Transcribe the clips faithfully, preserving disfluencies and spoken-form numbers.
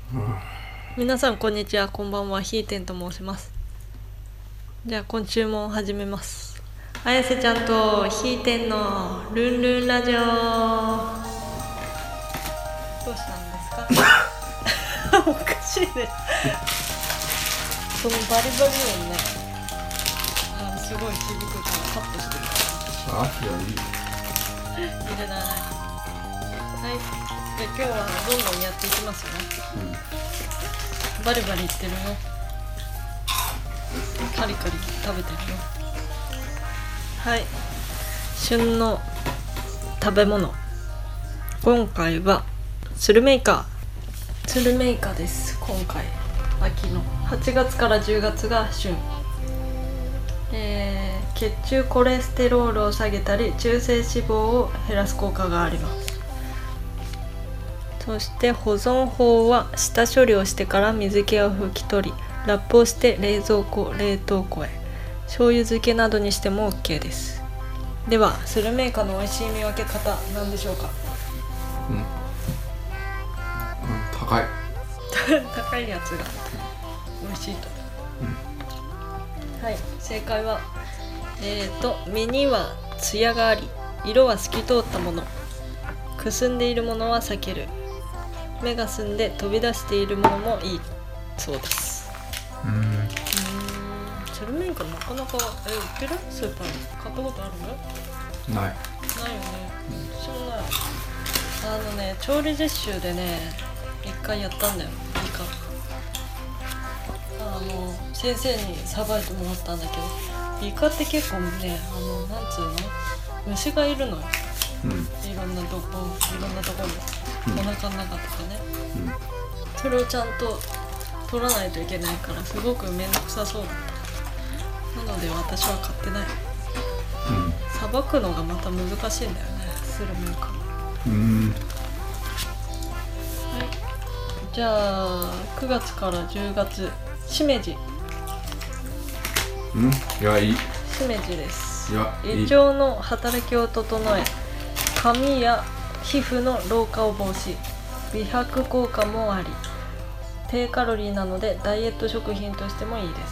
皆さんこんにちは、こんばんは。ひーてんと申します。じゃあ今週も始めます。綾瀬ちゃんとひーてんのルンルンラジオ。どうしたんですか？おかしいね。そのバリバリ音ね、あすごい響くからカットしてるから。 あ、いやいい。 入れない。はい。で今日はどんどんやっていきますよ。うん、バリバリいってるよ。カリカリ食べてるよ。はい。旬の食べ物。今回はスルメイカ。スルメイカです。今回秋のはちがつからじゅうがつが旬。えー、血中コレステロールを下げたり中性脂肪を減らす効果があります。そして保存法は下処理をしてから水気を拭き取り、ラップをして冷蔵庫、冷凍庫へ。醤油漬けなどにしても OK です。ではスルメイカの美味しい見分け方なんでしょうか？ うん、うん、高い高いやつが美味しいと、うん、はい、正解はえーと身にはツヤがあり、色は透き通ったもの、くすんでいるものは避ける、目が澄んで飛び出しているものもいいそうです。 うーん、うーん、 スルメイカなかなかえ売ってる？スーパーに買ったことある？ ない。 ないよね。私もない。あのね、調理実習でね一回やったんだよ、イカ。あの先生にさばいてもらったんだけど、イカって結構ね、あのなんつうの、虫がいるのよ、 うん、 いろんなとこいろんなところに、うん、お腹の中とかね、うん、それをちゃんと取らないといけないからすごく面倒くさそうだった。なので私は買ってない。さば、うん、くのがまた難しいんだよね、スルメイカ。 うーん、 はい、じゃあくがつからじゅうがつ、しめじ。 うん、いやいい。 しめじです。 いやいい。 胃腸の働きを整え、髪や皮膚の老化を防止、美白効果もあり、低カロリーなのでダイエット食品としてもいいです。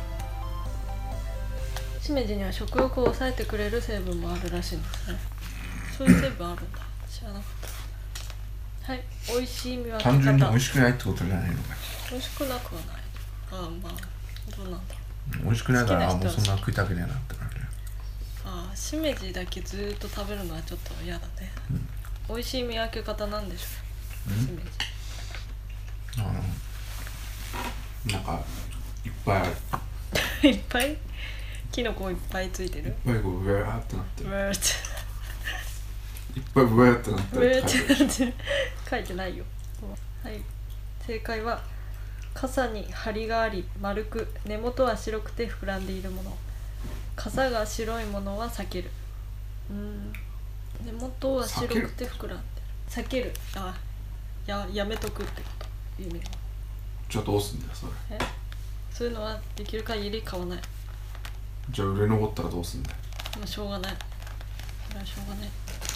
しめじには食欲を抑えてくれる成分もあるらしいんですね。そういう成分あるんだ、知らなかった。はい、美味しい見分け方。 単純に美味しくないってことじゃないのか。 美味しくなくはない。ああ、まあどうなんだろう。 美味しくないからあもうそんな食いたくねえなって感じ。 ああ、しめじだけずっと食べるのはちょっと嫌だね、うん、美味しい見分け方なんでしょう、うん、しめじ。 あのなんかいっぱいあるいっぱいキノコいっぱいついてる。いっぱいこうウェーってなってる。 ウェーっていっぱいウェーってなってる。 ウェーってなってる。書いてないよ。はい、正解は傘に張りがあり丸く、根元は白くて膨らんでいるもの。傘が白いものは避ける。うーん、根元は白くて膨らんでる。避ける。あ、ややめとくってこと。意味は。 じゃあどうすんだよそれ。 え、そういうのはできる限り買わない。 じゃあ売れ残ったらどうすんだよ。 もうしょうがない。それはしょうがない。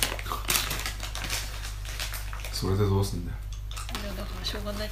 それでどうすんだよ。 いやだからしょうがないって。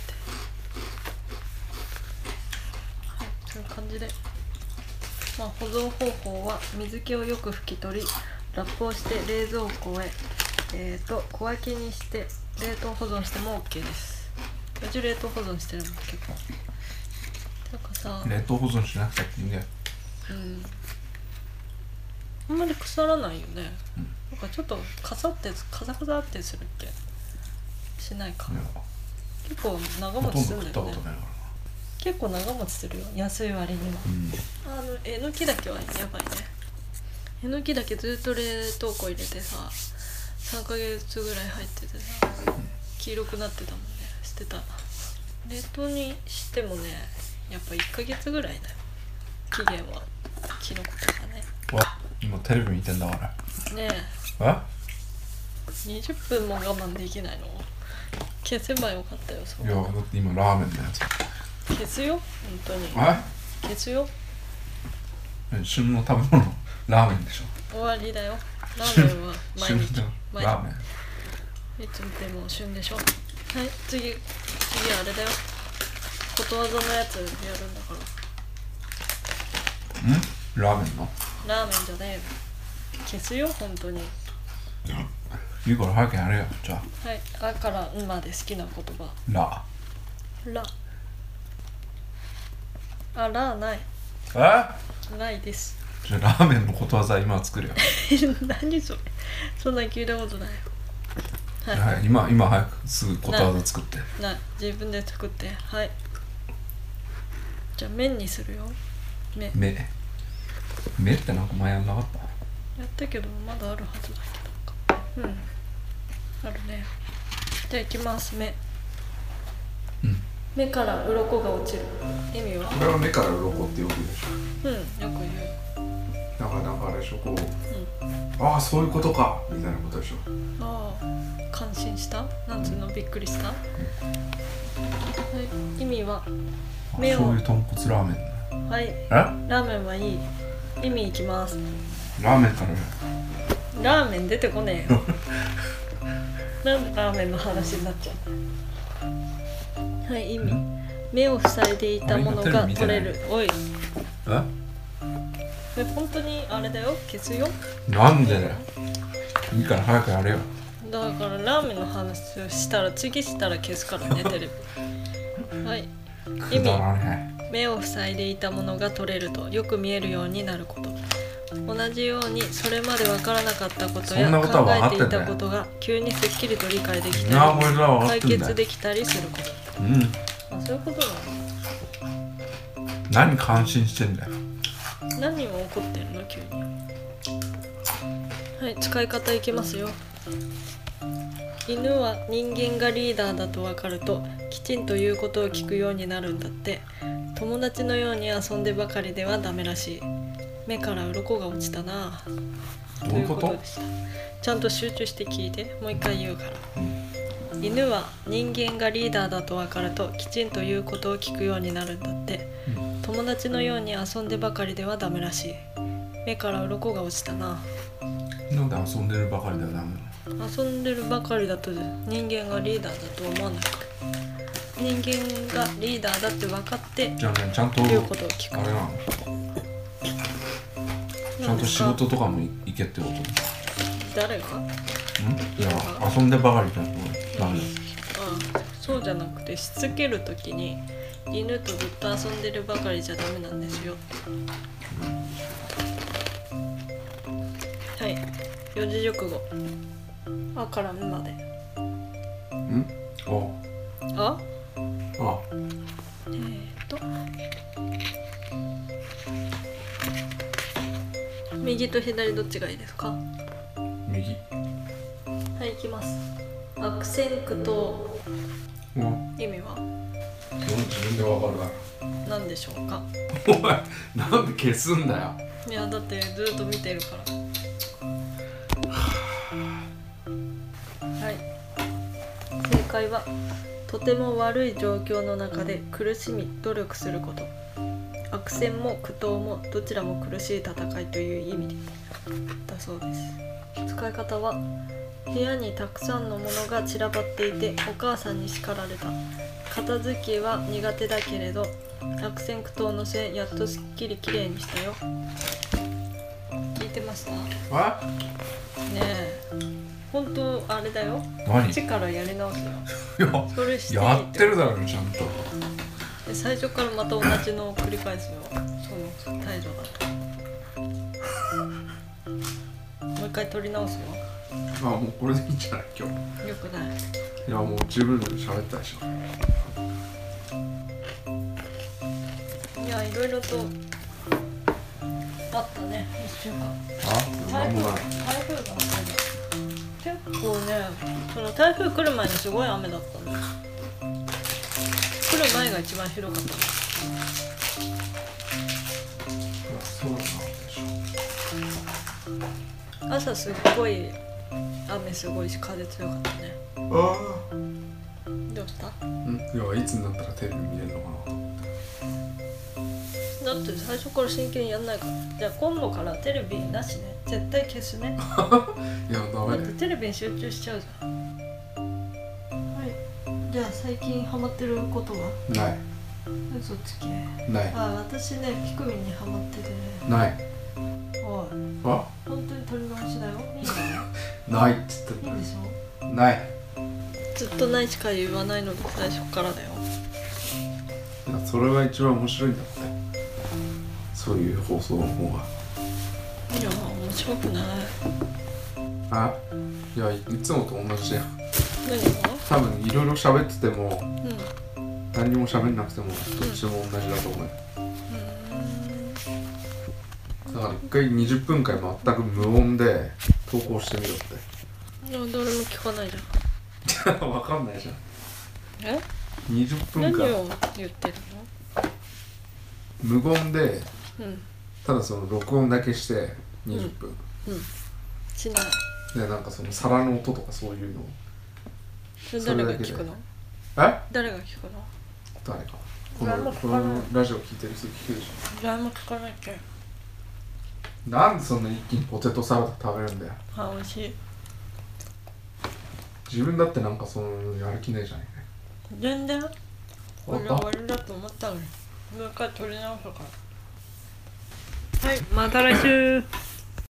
はい、そういう感じで。まあ、保存方法は水気をよく拭き取り、ラップをして冷蔵庫へ、えー、と小分けにして冷凍保存しても OK です。うち冷凍保存してるもん結構。なんかさ、 冷凍保存しなくていいんだよ。 うん、あんまり腐らないよね、うん、なんかちょっとカサってカサカサってするっけ、しないか。結構長持ちするんだよね。結構長持ちするよ、安い割には、うん、あのえのきだけはやばいね。えのきだけずっと冷凍庫入れてさ、さんかげつぐらい入っててさ、黄色くなってたもんね。捨てた。冷凍にしてもね、やっぱいっかげつぐらいだよ、期限は。キノコとかね。 わ、今テレビ見てんだからねえ。 えにじゅっぷんも我慢できないの？消せばよかったよ。そいやだって今ラーメンのやつ消すよ、本当に。 え消すよ。 旬の食べ物ラーメンでしょ。 終わりだよ。ラーメンは毎日。 ラーメンいつ見ても旬でしょ。はい、次。 次あれだよ、ことわざのやつやるんだかんラーメンのら。ラーメンじゃねえよ、消すよ本当に。 いいから早くやれよ。じゃはい、あからんまで好きな言葉。 あらあらないラえないです。 じゃあラーメンのことわざ今作るよ。 何それ、そんなん聞いたことないよ。はい、 はい、今今早くすぐことわざ作って。 ない、自分で作って。はい、じゃあ麺にするよ。麺目目ってなんか前やんなかった？ やったけどまだあるはずだけど。うん、あるね。じゃあいきます。目、 うん、 目から鱗が落ちる。意味は？ これは目から鱗ってよく言うでしょ。 うん、よく言う。 だからなんかあれでしょ、こう、 うん、 ああそういうことかみたいなことでしょ。 ああ、感心した？なんつうの、びっくりした？はい、意味は目を、 そういう豚骨ラーメン。 はい、 えラーメンはいい。意味いきます。 ラーメンからラーメン出てこねえよ。なんでラーメンの話になっちゃう。はい、意味、目を塞いでいたものが取れる。おい、 ええ、本当にあれだよ、消すよ。 なんでだよ。いいから早くやれよ。 だからラーメンの話をしたら次したら消すからね、テレビ。はい、意味、目を塞いでいたものが取れるとよく見えるようになること。同じようにそれまで分からなかったことや考えていたことが急にすっきりと理解できたり解決できたりすること。 うん、 あ、そういうことなの？ 何感心してんだよ。 何が起こってるの急に。はい、使い方いきますよ。犬は人間がリーダーだと分かるときちんと言うことを聞くようになるんだって。友達のように遊んでばかりではダメらしい。目から鱗が落ちたな。 どういうこと？ ということでした。ちゃんと集中して聞いて、もう一回言うから。犬は人間がリーダーだと分かるときちんと言うことを聞くようになるんだって、うん、友達のように遊んでばかりではダメらしい。目から鱗が落ちたな。 なんで遊んでるばかりではダメなの？ 遊んでるばかりだと人間がリーダーだと思わない。人間がリーダーだって分かってじゃあね、ちゃんと言うことを聞く。 あれなの？ちゃんと仕事とかも行けってこと？ 誰が？ ん？いや、遊んでばかりじゃダメだ。 ああ、そうじゃなくて、しつけるときに犬とずっと遊んでるばかりじゃダメなんですよ。はい、四字熟語。あからんまで。 ん？あ。 あ？ あ。 えーと。右と左どっちがいいですか？ 右。 はい、行きます。悪戦苦闘。 うん、 意味は？ 自分でわかるから。 何でしょうか？ おい、なんで消すんだよ。 いや、だってずっと見てるから。はい、正解はとても悪い状況の中で苦しみ努力すること。悪戦も苦闘もどちらも苦しい戦いという意味だそうです。使い方は、部屋にたくさんのものが散らばっていてお母さんに叱られた。片付けは苦手だけれど悪戦苦闘のせいやっとすっきりきれいにしたよ。聞いてました？ねえ、本当あれだよ。 何？ 一からやり直すよ。 いや、 それしてやってるだろちゃんと。 で最初からまた同じのを繰り返すよ。その態度だと。もう一回取り直すよ。 あ、もうこれでいいんじゃない今日。 よくない。 いや、もう十分喋ったでしょ。 いや、いろいろとあったね、いっしゅうかん。 あ、 台風、台風があったね。結構ね、その台風来る前にすごい雨だったんです。来る前が一番ひどかったんです。 そうなんでしょ。 朝すっごい雨すごいし風強かったね。 ああ。 どうした？ うん、いや、いつになったらテレビ見れるのかなと思って。 だって最初から真剣にやんないから。じゃあ今度からテレビなしね。絶対消すね。 いや、ダメだってテレビに集中しちゃうじゃん。はい。 じゃあ最近ハマってることはない嘘つけ。 ないあ、私ねピクミンにハマっててね。 ないおいあ本当に取り直しだよ。いいのないっつっていいでしょ。 ないずっとないしか言わないので最初からだよ。 いやそれが一番面白いんだって、そういう放送の方が。 いや面白くない。 あいやいつもと同じじゃん。 何が？ 多分いろいろ喋っててもうん何にも喋んなくてもどっちも同じだと思うよ。だから一回にじゅっぷんかん全く無音で投稿してみろって。 いや誰も聞かないじゃん。 わかんないじゃん。 え？ にじゅっぷんかん何を言ってる無言での？うんただその録音だけしてにじゅっぷん、 うんしない。 でなんかその皿の音とかそういうのをそれ誰が聞くの？ え誰が聞くの？ 誰かこ誰ものこ聞かないのラジオ聞いてる人聞くでし誰も聞かないっけ。 ょ。なんでそんな一気にポテトサラダ食べるんだよ。 あ、美味しい。 自分だってなんかそのやる気ねえじゃんね。 全然これ終わった終わりだと思ったのにもう一回撮り直そうか。はい、また来週。